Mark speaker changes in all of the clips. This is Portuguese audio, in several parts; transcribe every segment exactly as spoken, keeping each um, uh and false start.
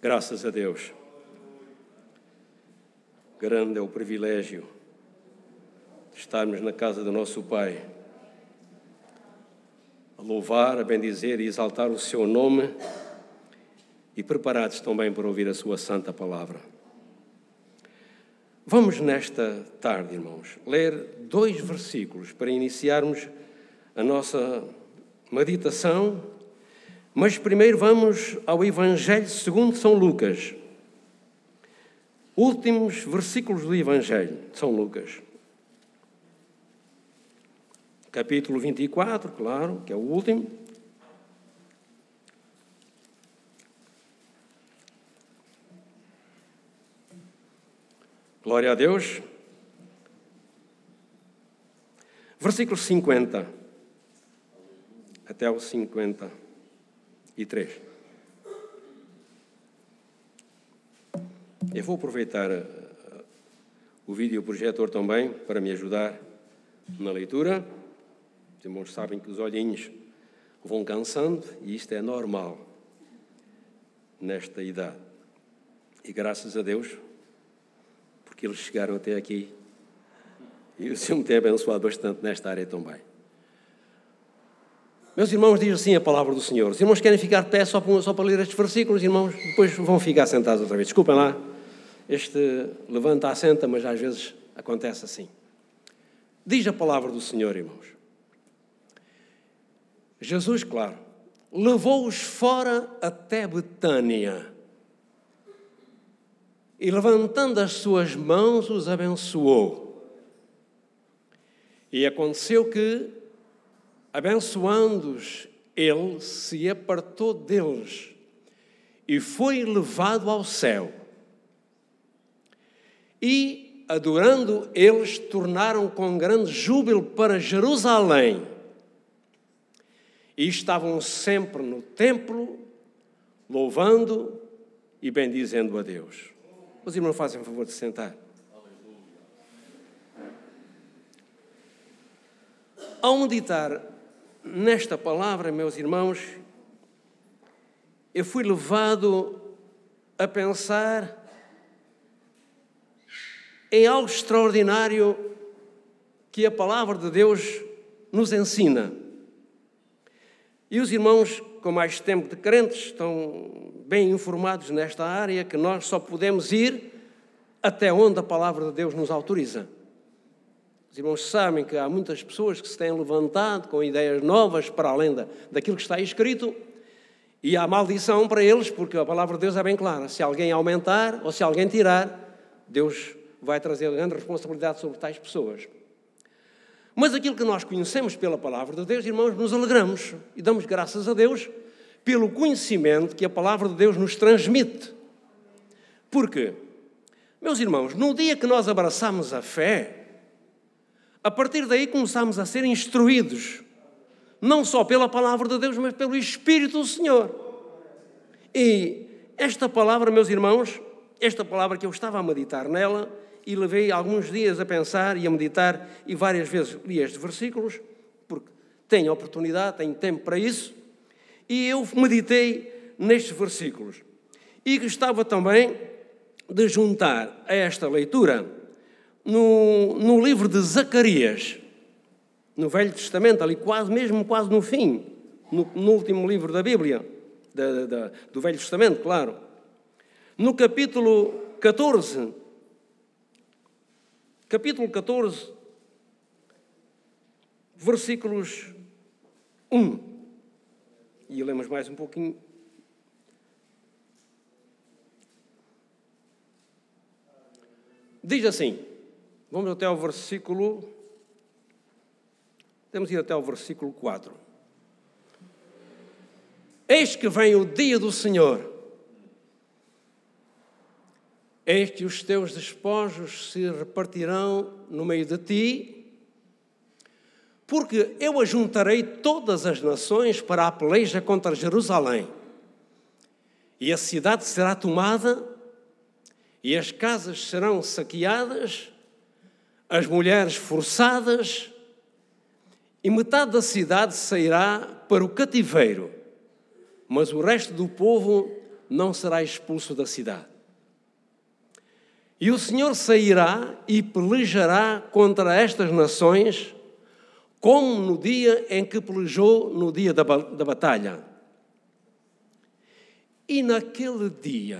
Speaker 1: Graças a Deus. Grande é o privilégio de estarmos na casa do nosso Pai, a louvar, a bendizer e exaltar o seu nome e preparados também para ouvir a sua santa palavra. Vamos nesta tarde, irmãos, ler dois versículos para iniciarmos a nossa meditação, mas primeiro vamos ao Evangelho segundo São Lucas. Últimos versículos do Evangelho de São Lucas. Capítulo vinte e quatro, claro, que é o último. Glória a Deus. Versículo cinquenta até o cinquenta e três. Eu vou aproveitar o videoprojetor também para me ajudar na leitura. Os irmãos sabem que os olhinhos vão cansando e isto é normal nesta idade. E graças a Deus, porque eles chegaram até aqui e o Senhor me tem abençoado bastante nesta área também. Meus irmãos, diz assim a palavra do Senhor. Os irmãos querem ficar de pé só para, só para ler estes versículos, irmãos? Depois vão ficar sentados outra vez. Desculpem lá. Este levanta, assenta, mas às vezes acontece assim. Diz a palavra do Senhor, irmãos. Jesus, claro, levou-os fora até Betânia e, levantando as suas mãos, os abençoou. E aconteceu que, abençoando-os, ele se apartou deles e foi levado ao céu. E, adorando, eles tornaram com grande júbilo para Jerusalém. E estavam sempre no templo, louvando e bendizendo a Deus. Os irmãos fazem o favor de sentar. Ao meditar nesta palavra, meus irmãos, eu fui levado a pensar em algo extraordinário que a palavra de Deus nos ensina. E os irmãos com mais tempo de crentes estão bem informados nesta área, que nós só podemos ir até onde a palavra de Deus nos autoriza. Os irmãos sabem que há muitas pessoas que se têm levantado com ideias novas para além da, daquilo que está escrito, e há maldição para eles, porque a palavra de Deus é bem clara. Se alguém aumentar ou se alguém tirar, Deus vai trazer grande responsabilidade sobre tais pessoas. Mas aquilo que nós conhecemos pela palavra de Deus, irmãos, nos alegramos e damos graças a Deus pelo conhecimento que a palavra de Deus nos transmite. Porque, meus irmãos, no dia que nós abraçamos a fé, a partir daí começamos a ser instruídos, não só pela palavra de Deus, mas pelo Espírito do Senhor. E esta palavra, meus irmãos, esta palavra que eu estava a meditar nela, e levei alguns dias a pensar e a meditar, e várias vezes li estes versículos, porque tenho oportunidade, tenho tempo para isso, e eu meditei nestes versículos. E gostava também de juntar a esta leitura no, no livro de Zacarias, no Velho Testamento, ali quase mesmo, quase no fim, no, no último livro da Bíblia, da, da, do Velho Testamento, claro. No capítulo catorze, capítulo catorze, versículos um. E lemos mais um pouquinho. Diz assim, vamos até ao versículo, temos de ir até ao versículo quatro. Eis que vem o dia do Senhor. Eis que os teus despojos se repartirão no meio de ti, porque eu ajuntarei todas as nações para a peleja contra Jerusalém. E a cidade será tomada, e as casas serão saqueadas, as mulheres forçadas, e metade da cidade sairá para o cativeiro, mas o resto do povo não será expulso da cidade. E o Senhor sairá e pelejará contra estas nações, como no dia em que pelejou no dia da, da batalha. E naquele dia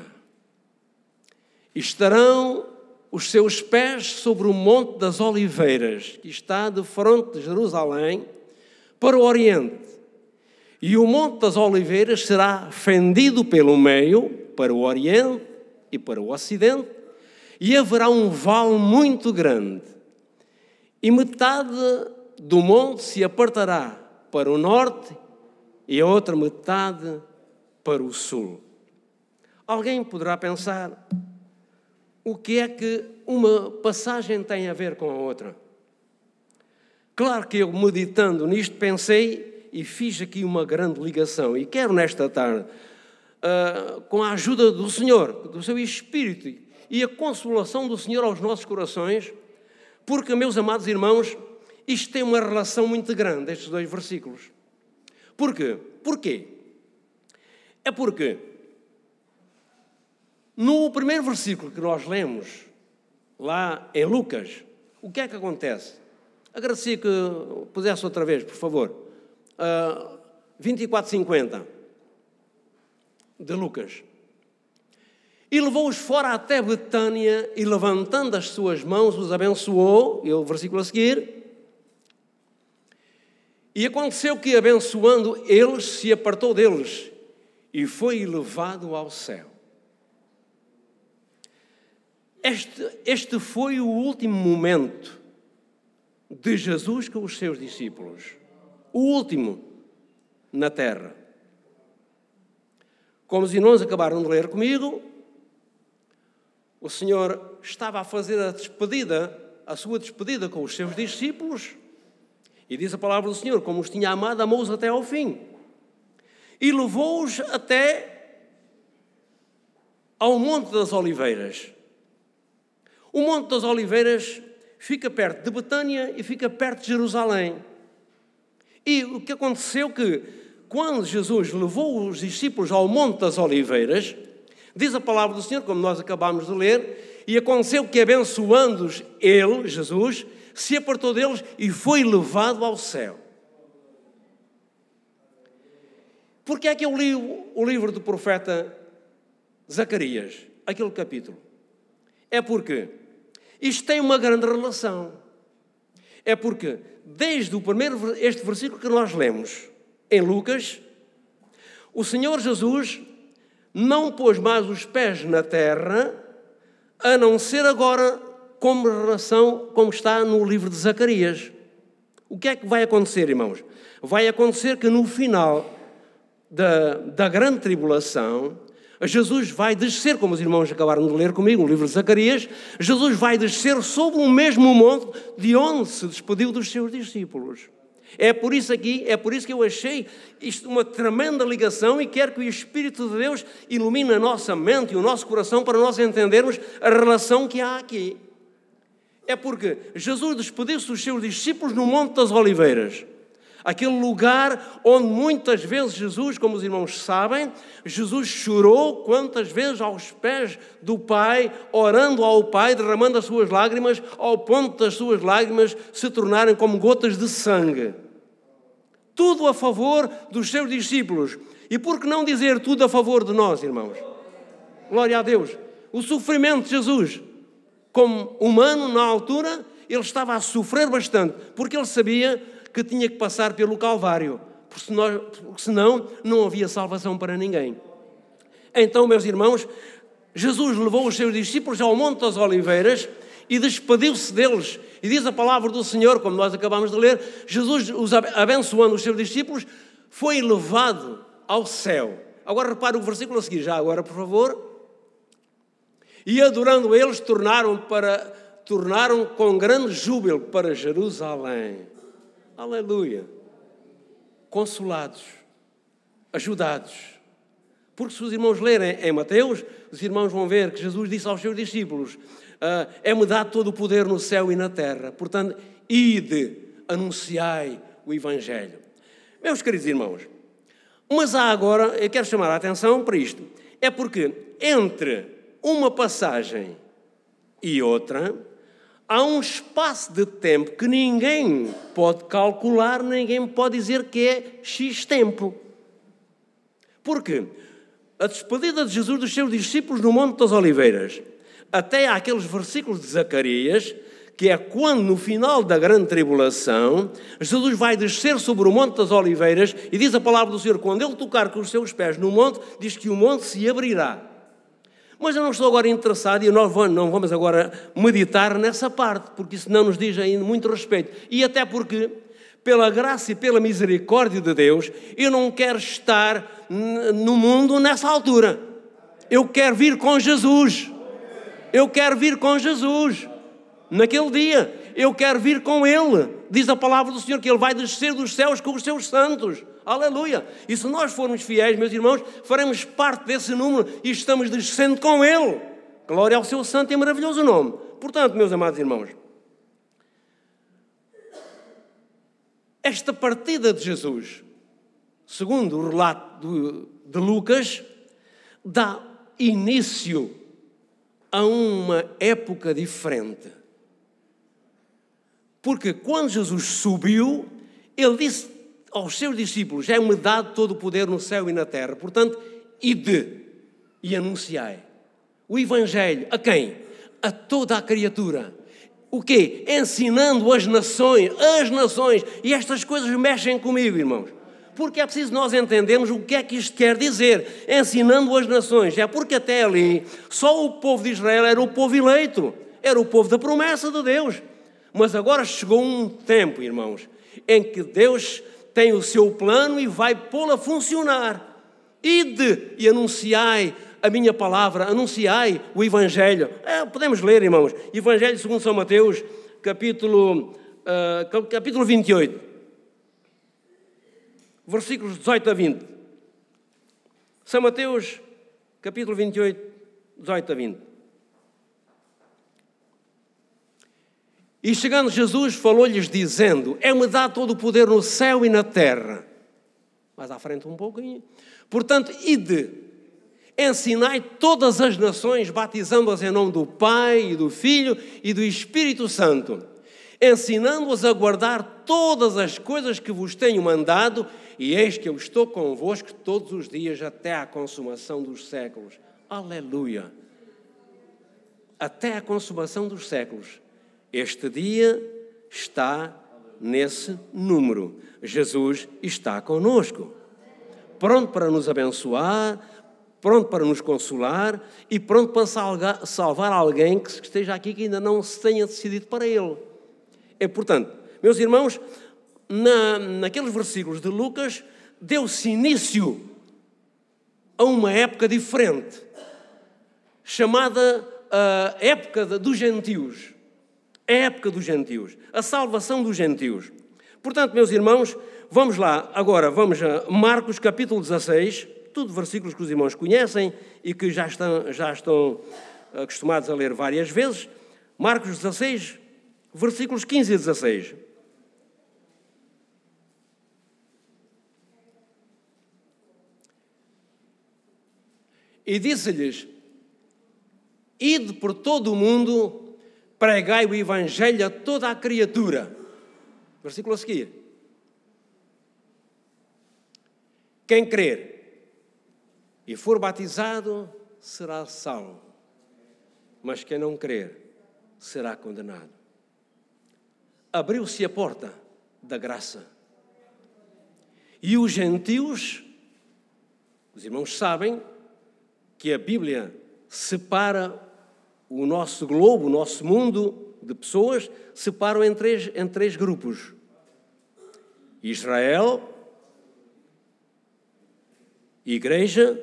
Speaker 1: estarão os seus pés sobre o Monte das Oliveiras, que está de fronte de Jerusalém, para o Oriente. E o Monte das Oliveiras será fendido pelo meio, para o Oriente e para o Ocidente, e haverá um vale muito grande. E metade do monte se apartará para o norte e a outra metade para o sul. Alguém poderá pensar, o que é que uma passagem tem a ver com a outra? Claro que eu, meditando nisto, pensei e fiz aqui uma grande ligação. E quero nesta tarde, uh, com a ajuda do Senhor, do seu Espírito e a consolação do Senhor aos nossos corações, porque, meus amados irmãos, isto tem uma relação muito grande, estes dois versículos. Porquê? Porquê? É porque no primeiro versículo que nós lemos, lá em Lucas, o que é que acontece? Agradecia que pusesse outra vez, por favor. Uh, vinte e quatro, cinquenta de Lucas. E levou-os fora até Betânia e, levantando as suas mãos, os abençoou. E o versículo a seguir. E aconteceu que, abençoando eles, se apartou deles e foi elevado ao céu. Este, este foi o último momento de Jesus com os seus discípulos. O último na terra. Como os irmãos acabaram de ler comigo, o Senhor estava a fazer a despedida, a sua despedida com os seus discípulos, e diz a palavra do Senhor, como os tinha amado, amou-os até ao fim. E levou-os até ao Monte das Oliveiras. O Monte das Oliveiras fica perto de Betânia e fica perto de Jerusalém. E o que aconteceu que, quando Jesus levou os discípulos ao Monte das Oliveiras, diz a palavra do Senhor, como nós acabámos de ler, e aconteceu que, abençoando-os ele, Jesus, se apartou deles e foi levado ao céu. Porque é que eu li o livro do profeta Zacarias, aquele capítulo? É porque isto tem uma grande relação. É porque, desde o primeiro, este versículo que nós lemos em Lucas, o Senhor Jesus não pôs mais os pés na terra, a não ser agora como relação, como está no livro de Zacarias. O que é que vai acontecer, irmãos? Vai acontecer que no final da, da grande tribulação, Jesus vai descer, como os irmãos acabaram de ler comigo, no livro de Zacarias, Jesus vai descer sobre o mesmo monte de onde se despediu dos seus discípulos. É por isso aqui, é por isso que eu achei isto uma tremenda ligação e quero que o Espírito de Deus ilumine a nossa mente e o nosso coração para nós entendermos a relação que há aqui. É porque Jesus despediu-se dos seus discípulos no Monte das Oliveiras. Aquele lugar onde muitas vezes Jesus, como os irmãos sabem, Jesus chorou quantas vezes aos pés do Pai, orando ao Pai, derramando as suas lágrimas, ao ponto das suas lágrimas se tornarem como gotas de sangue. Tudo a favor dos seus discípulos. E por que não dizer tudo a favor de nós, irmãos? Glória a Deus. O sofrimento de Jesus, como humano na altura, ele estava a sofrer bastante, porque ele sabia que tinha que passar pelo Calvário, porque senão não havia salvação para ninguém. Então, meus irmãos, Jesus levou os seus discípulos ao Monte das Oliveiras e despediu-se deles. E diz a palavra do Senhor, como nós acabamos de ler, Jesus, os abençoando os seus discípulos, foi levado ao céu. Agora repare o versículo a seguir, já agora, por favor. E adorando eles, tornaram, para, tornaram com grande júbilo para Jerusalém. Aleluia. Consolados, ajudados. Porque se os irmãos lerem em Mateus, os irmãos vão ver que Jesus disse aos seus discípulos, uh, é-me dado todo o poder no céu e na terra. Portanto, ide, anunciai o Evangelho. Meus queridos irmãos, mas há agora, eu quero chamar a atenção para isto, É porque entre uma passagem e outra há um espaço de tempo que ninguém pode calcular, ninguém pode dizer que é X tempo. Porque a despedida de Jesus dos seus discípulos no Monte das Oliveiras, até àqueles versículos de Zacarias, que é quando, no final da grande tribulação, Jesus vai descer sobre o Monte das Oliveiras e diz a palavra do Senhor, quando Ele tocar com os seus pés no monte, diz que o monte se abrirá. Mas eu não estou agora interessado e nós não vamos agora meditar nessa parte, porque isso não nos diz ainda muito respeito. E até porque, pela graça e pela misericórdia de Deus, eu não quero estar no mundo nessa altura. Eu quero vir com Jesus. Eu quero vir com Jesus. Naquele dia, eu quero vir com Ele. Diz a palavra do Senhor que Ele vai descer dos céus com os seus santos. Aleluia! E se nós formos fiéis, meus irmãos, faremos parte desse número e estamos descendo com Ele. Glória ao seu santo e maravilhoso nome. Portanto, meus amados irmãos, esta partida de Jesus, segundo o relato de Lucas, dá início a uma época diferente. Porque quando Jesus subiu, Ele disse aos seus discípulos, é-me dado todo o poder no céu e na terra. Portanto, ide e anunciai o Evangelho. A quem? A toda a criatura. O quê? Ensinando as nações, as nações. E estas coisas mexem comigo, irmãos. Porque é preciso nós entendermos o que é que isto quer dizer. Ensinando as nações. É porque até ali, só o povo de Israel era o povo eleito. Era o povo da promessa de Deus. Mas agora chegou um tempo, irmãos, em que Deus tem o seu plano e vai pô-lo a funcionar. Ide e anunciai a minha palavra, anunciai o Evangelho. É, podemos ler, irmãos, Evangelho segundo São Mateus, capítulo, uh, capítulo vinte e oito, versículos dezoito a vinte. São Mateus, capítulo vinte e oito, dezoito a vinte. E chegando Jesus, falou-lhes dizendo, é-me dado todo o poder no céu e na terra. Mais à frente um pouquinho. Portanto, ide, ensinai todas as nações, batizando-as em nome do Pai, e do Filho e do Espírito Santo, ensinando-as a guardar todas as coisas que vos tenho mandado, e eis que eu estou convosco todos os dias até à consumação dos séculos. Aleluia! Até à consumação dos séculos. Este dia está nesse número. Jesus está conosco, pronto para nos abençoar, pronto para nos consolar e pronto para salvar alguém que esteja aqui que ainda não se tenha decidido para Ele. É, portanto, meus irmãos, na, naqueles versículos de Lucas, deu-se início a uma época diferente, chamada a época dos gentios. A época dos gentios, a salvação dos gentios. Portanto, meus irmãos, vamos lá, agora vamos a Marcos capítulo dezasseis, tudo versículos que os irmãos conhecem e que já estão, já estão acostumados a ler várias vezes. Marcos dezasseis, versículos quinze e dezasseis. E disse-lhes, ide por todo o mundo, pregai o Evangelho a toda a criatura. Versículo a seguir. Quem crer e for batizado será salvo, mas quem não crer será condenado. Abriu-se a porta da graça. E os gentios, os irmãos sabem que a Bíblia separa o nosso globo, o nosso mundo de pessoas, separam em três, em três grupos. Israel, Igreja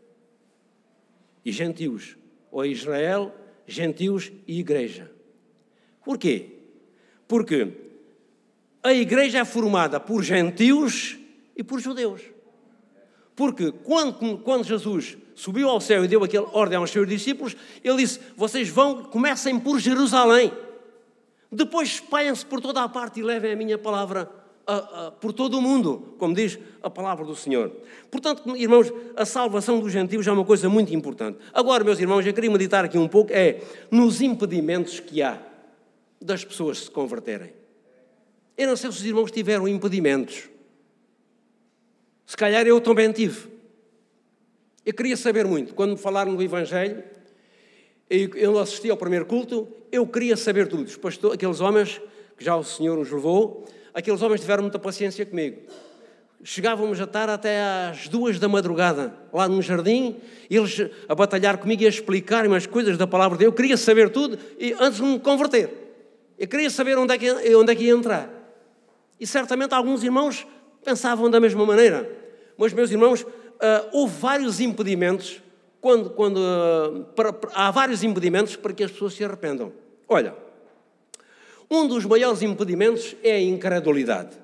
Speaker 1: e gentios. Ou Israel, gentios e Igreja. Porquê? Porque a Igreja é formada por gentios e por judeus. Porque quando, quando Jesus subiu ao céu e deu aquela ordem aos seus discípulos, ele disse, vocês vão, comecem por Jerusalém, depois espalhem-se por toda a parte e levem a minha palavra a, a, por todo o mundo, como diz a palavra do Senhor. Portanto, irmãos, a salvação dos gentios é uma coisa muito importante. Agora, meus irmãos, eu queria meditar aqui um pouco, é nos impedimentos que há das pessoas se converterem. Eu não sei se os irmãos tiveram impedimentos. Se calhar eu também tive. Eu queria saber muito. Quando me falaram do Evangelho, eu assisti ao primeiro culto, eu queria saber tudo. Os pastores, aqueles homens, que já o Senhor os levou, aqueles homens tiveram muita paciência comigo. Chegávamos a estar até às duas da madrugada, lá num jardim, eles a batalhar comigo e a explicar-me as coisas da palavra de Deus. Eu queria saber tudo e, antes de me converter. Eu queria saber onde é que, onde é que ia entrar. E certamente alguns irmãos pensavam da mesma maneira. Mas, meus irmãos, uh, houve vários impedimentos, quando, quando, uh, para, para, há vários impedimentos para que as pessoas se arrependam. Olha, um dos maiores impedimentos é a incredulidade.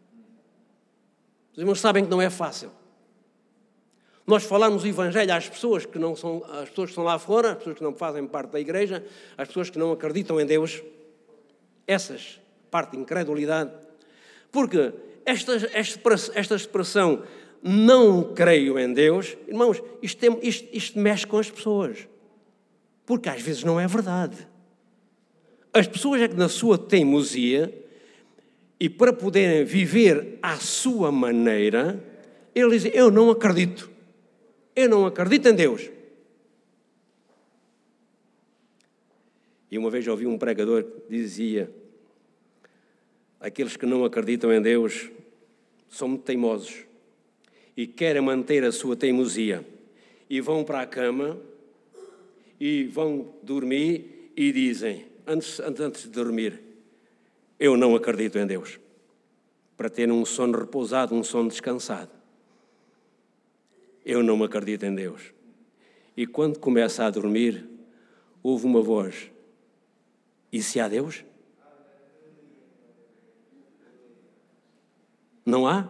Speaker 1: Os irmãos sabem que não é fácil. Nós falamos o Evangelho às pessoas que não são, às pessoas que estão lá fora, às pessoas que não fazem parte da igreja, às pessoas que não acreditam em Deus. Essas, parte de incredulidade. Porque esta, esta, esta expressão, não creio em Deus, irmãos, isto, é, isto, isto mexe com as pessoas. Porque às vezes não é verdade. As pessoas é que na sua teimosia, e para poderem viver à sua maneira, eles dizem, eu não acredito. Eu não acredito em Deus. E uma vez ouvi um pregador que dizia, aqueles que não acreditam em Deus são muito teimosos e querem manter a sua teimosia. E vão para a cama e vão dormir e dizem, antes, antes de dormir, eu não acredito em Deus, para ter um sono repousado, um sono descansado. Eu não acredito em Deus. E quando começa a dormir, ouve uma voz, e se há Deus? Não há?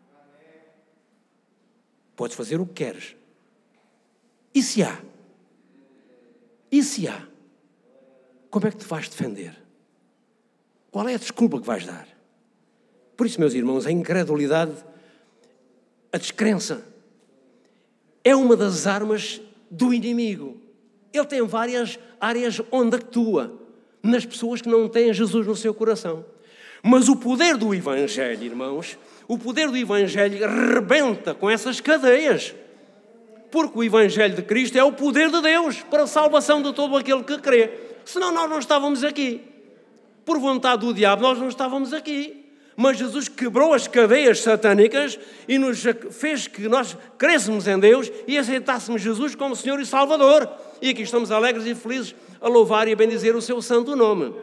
Speaker 1: Podes fazer o que queres. E se há? E se há? Como é que te vais defender? Qual é a desculpa que vais dar? Por isso, meus irmãos, a incredulidade, a descrença, é uma das armas do inimigo. Ele tem várias áreas onde atua, nas pessoas que não têm Jesus no seu coração. Mas o poder do Evangelho, irmãos, o poder do Evangelho rebenta com essas cadeias. Porque o Evangelho de Cristo é o poder de Deus para a salvação de todo aquele que crê. Senão nós não estávamos aqui. Por vontade do diabo, nós não estávamos aqui. Mas Jesus quebrou as cadeias satânicas e nos fez que nós crescêssemos em Deus e aceitássemos Jesus como Senhor e Salvador. E aqui estamos alegres e felizes a louvar e a bendizer o seu santo nome.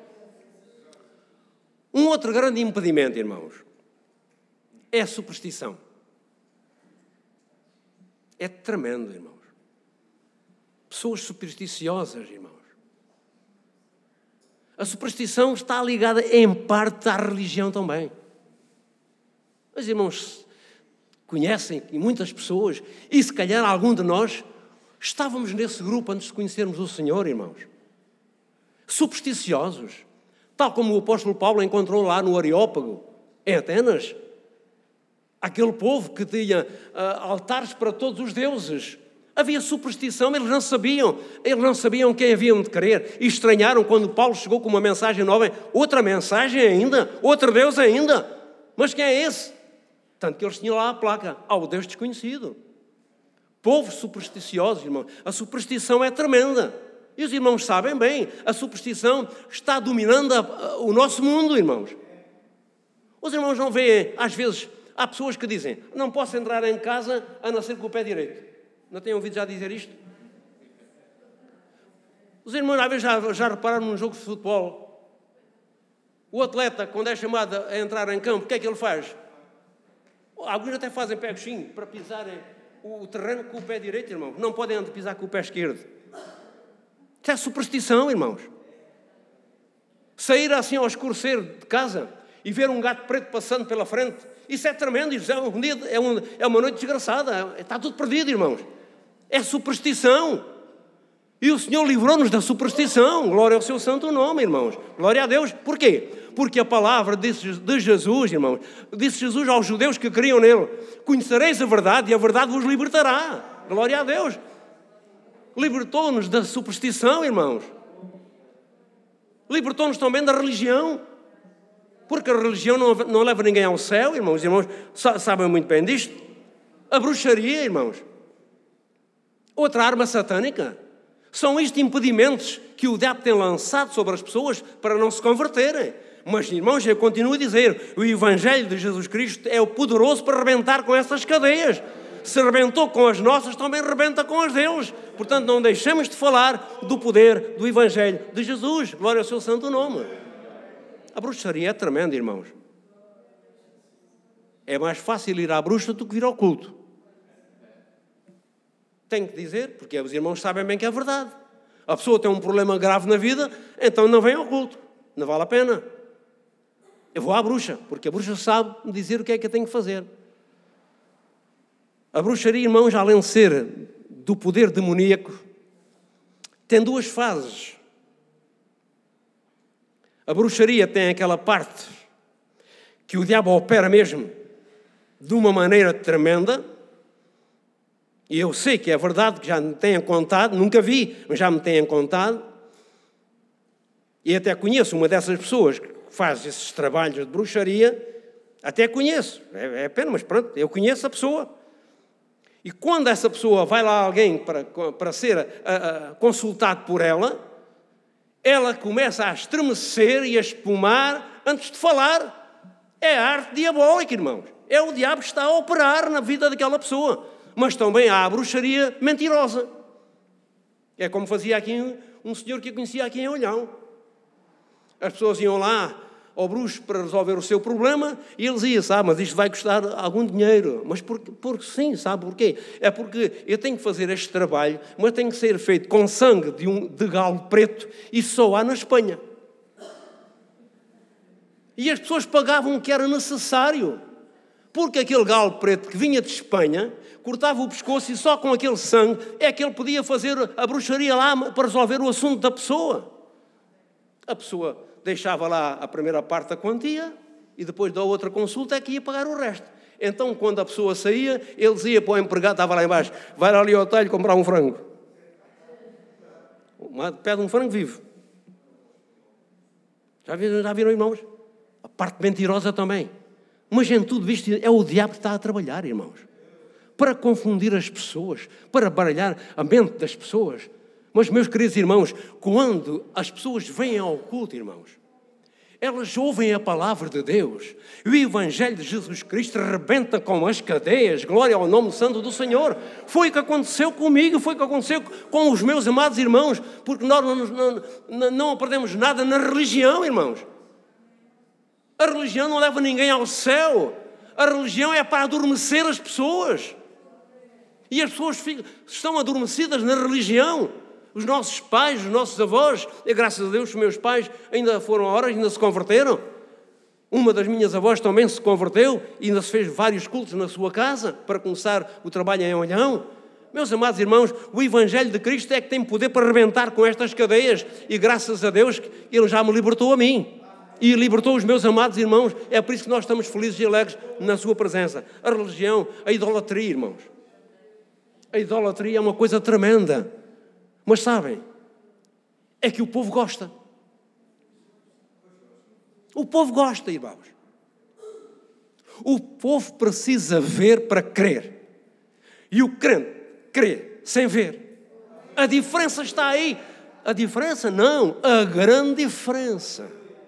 Speaker 1: Um outro grande impedimento, irmãos, é a superstição. É tremendo, irmãos. Pessoas supersticiosas, irmãos. A superstição está ligada, em parte, à religião também. Mas, irmãos, conhecem, e muitas pessoas, e se calhar algum de nós, estávamos nesse grupo antes de conhecermos o Senhor, irmãos. Supersticiosos. Tal como o apóstolo Paulo encontrou lá no Areópago, em Atenas. Aquele povo que tinha uh, altares para todos os deuses. Havia superstição, eles não sabiam, eles não sabiam quem haviam de crer. E estranharam quando Paulo chegou com uma mensagem nova. Outra mensagem ainda? Outro Deus ainda? Mas quem é esse? Tanto que eles tinham lá a placa, ao Deus desconhecido. Povos supersticiosos, irmão. A superstição é tremenda. E os irmãos sabem bem, a superstição está dominando a, a, o nosso mundo, irmãos. Os irmãos não veem, às vezes, há pessoas que dizem, não posso entrar em casa a não ser com o pé direito. Não têm ouvido já dizer isto? Os irmãos, às vezes, já, já repararam num jogo de futebol. O atleta, quando é chamado a entrar em campo, o que é que ele faz? Alguns até fazem pé coxinho para pisarem o terreno com o pé direito, irmão. Não podem pisar com o pé esquerdo. Isso é superstição, irmãos. Sair assim ao escurecer de casa e ver um gato preto passando pela frente, isso é tremendo. Isso é, um dia, é, um, é uma noite desgraçada. Está tudo perdido, irmãos. É superstição. E o Senhor livrou-nos da superstição. Glória ao seu santo nome, irmãos. Glória a Deus. Porquê? porque a palavra disse de Jesus, irmãos, disse Jesus aos judeus que criam nele: conhecereis a verdade e a verdade vos libertará. Glória a Deus. Libertou-nos da superstição, irmãos. Libertou-nos também da religião. Porque a religião não, não leva ninguém ao céu, irmãos. Os irmãos sabem muito bem disto. A bruxaria, irmãos. Outra arma satânica. São estes impedimentos que o diabo tem lançado sobre as pessoas para não se converterem. Mas, irmãos, eu continuo a dizer, o Evangelho de Jesus Cristo é o poderoso para arrebentar com essas cadeias. Se arrebentou com as nossas, também arrebenta com as deles. Portanto, não deixemos de falar do poder do Evangelho de Jesus. Glória ao seu santo nome. A bruxaria é tremenda, irmãos. É mais fácil ir à bruxa do que vir ao culto. Tenho que dizer, porque os irmãos sabem bem que é verdade. A pessoa tem um problema grave na vida, então não vem ao culto. Não vale a pena. Eu vou à bruxa, porque a bruxa sabe me dizer o que é que eu tenho que fazer. A bruxaria, irmãos, além de ser do poder demoníaco, tem duas fases. A bruxaria tem aquela parte que o diabo opera mesmo de uma maneira tremenda, e eu sei que é verdade, que já me têm contado, nunca vi, mas já me têm contado, e até conheço uma dessas pessoas que faz esses trabalhos de bruxaria, até conheço, é, é pena, mas pronto, eu conheço a pessoa. E quando essa pessoa vai lá alguém para, para ser a, a, consultado por ela, ela começa a estremecer e a espumar antes de falar. É a arte diabólica, irmãos. É o diabo que está a operar na vida daquela pessoa. Mas também há a bruxaria mentirosa. É como fazia aqui um, um senhor que eu conhecia aqui em Olhão. As pessoas iam lá ao bruxo para resolver o seu problema e ele dizia, sabe, mas isto vai custar algum dinheiro. Mas porque, porque sim, sabe porquê? É porque eu tenho que fazer este trabalho, mas tem que ser feito com sangue de, um, de galo preto e só há na Espanha. E as pessoas pagavam o que era necessário, porque aquele galo preto que vinha de Espanha cortava o pescoço e só com aquele sangue é que ele podia fazer a bruxaria lá para resolver o assunto da pessoa. A pessoa deixava lá a primeira parte da quantia e depois da outra consulta é que ia pagar o resto. Então, quando a pessoa saía, ele dizia para o empregado, estava lá embaixo, vai ali ao talho comprar um frango. Pede um frango vivo. Já viram, já viram, irmãos? A parte mentirosa também. Mas em tudo isto é o diabo que está a trabalhar, irmãos. Para confundir as pessoas, para baralhar a mente das pessoas. Mas, meus queridos irmãos, quando as pessoas vêm ao culto, irmãos, elas ouvem a palavra de Deus, e o Evangelho de Jesus Cristo arrebenta com as cadeias, glória ao nome santo do Senhor. Foi o que aconteceu comigo, foi o que aconteceu com os meus amados irmãos, porque nós não, não, não aprendemos nada na religião, irmãos. A religião não leva ninguém ao céu, a religião é para adormecer as pessoas, e as pessoas ficam, estão adormecidas na religião. Os nossos pais, os nossos avós, e graças a Deus os meus pais ainda foram a horas, ainda se converteram. Uma das minhas avós também se converteu e ainda se fez vários cultos na sua casa para começar o trabalho em Olhão. Meus amados irmãos, o Evangelho de Cristo é que tem poder para arrebentar com estas cadeias e graças a Deus Ele já me libertou a mim e libertou os meus amados irmãos. É por isso que nós estamos felizes e alegres na sua presença. A religião, a idolatria, irmãos. A idolatria é uma coisa tremenda. Mas sabem, é que o povo gosta. O povo gosta, irmãos. O povo precisa ver para crer. E o crente crê sem ver. A diferença está aí. A diferença não, a grande diferença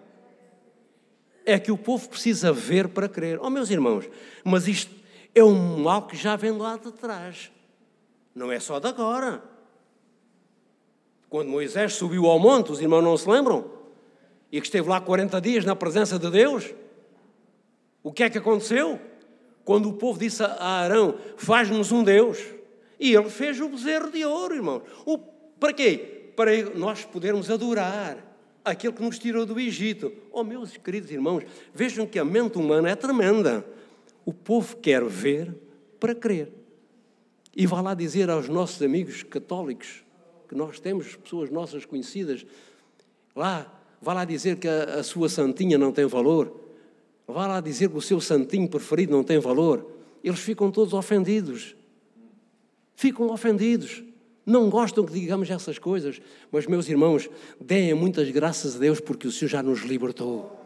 Speaker 1: é que o povo precisa ver para crer. Oh, meus irmãos, mas isto é um mal que já vem lá de trás. Não é só de agora. Quando Moisés subiu ao monte, os irmãos não se lembram? E que esteve lá quarenta dias na presença de Deus. O que é que aconteceu? Quando o povo disse a Arão, faz-nos um Deus. E ele fez o bezerro de ouro, irmãos. O, para quê? Para nós podermos adorar aquele que nos tirou do Egito. Oh, meus queridos irmãos, vejam que a mente humana é tremenda. O povo quer ver para crer. E vá lá dizer aos nossos amigos católicos, que nós temos, pessoas nossas conhecidas, lá, Vá lá dizer que a, a sua santinha não tem valor. Vá lá dizer que o seu santinho preferido não tem valor. Eles ficam todos ofendidos. Ficam ofendidos. Não gostam que digamos essas coisas. Mas, meus irmãos, deem muitas graças a Deus porque o Senhor já nos libertou.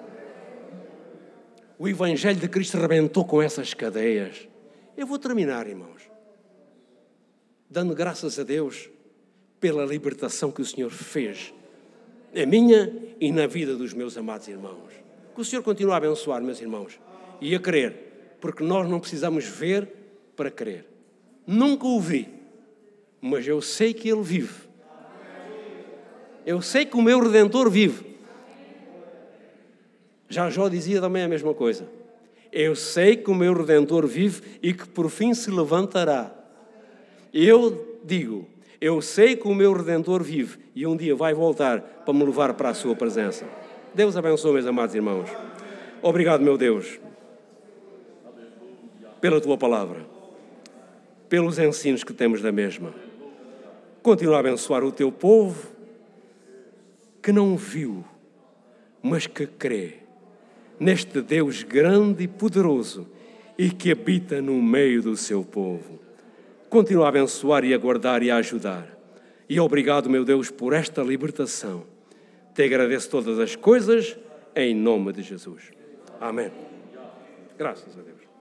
Speaker 1: O Evangelho de Cristo rebentou com essas cadeias. Eu vou terminar, irmãos, dando graças a Deus pela libertação que o Senhor fez na minha e na vida dos meus amados irmãos. Que o Senhor continue a abençoar, meus irmãos, e a crer, porque nós não precisamos ver para crer. Nunca o vi, mas eu sei que Ele vive. Eu sei que o meu Redentor vive. Já Jó dizia também a mesma coisa. Eu sei que o meu Redentor vive e que por fim se levantará. Eu digo, eu sei que o meu Redentor vive e um dia vai voltar para me levar para a sua presença. Deus abençoe, meus amados irmãos. Obrigado, meu Deus, pela tua palavra, pelos ensinos que temos da mesma. Continua a abençoar o teu povo que não viu, mas que crê neste Deus grande e poderoso e que habita no meio do seu povo. Continua a abençoar e a guardar e a ajudar. E obrigado, meu Deus, por esta libertação. Te agradeço todas as coisas em nome de Jesus. Amém. Graças a Deus.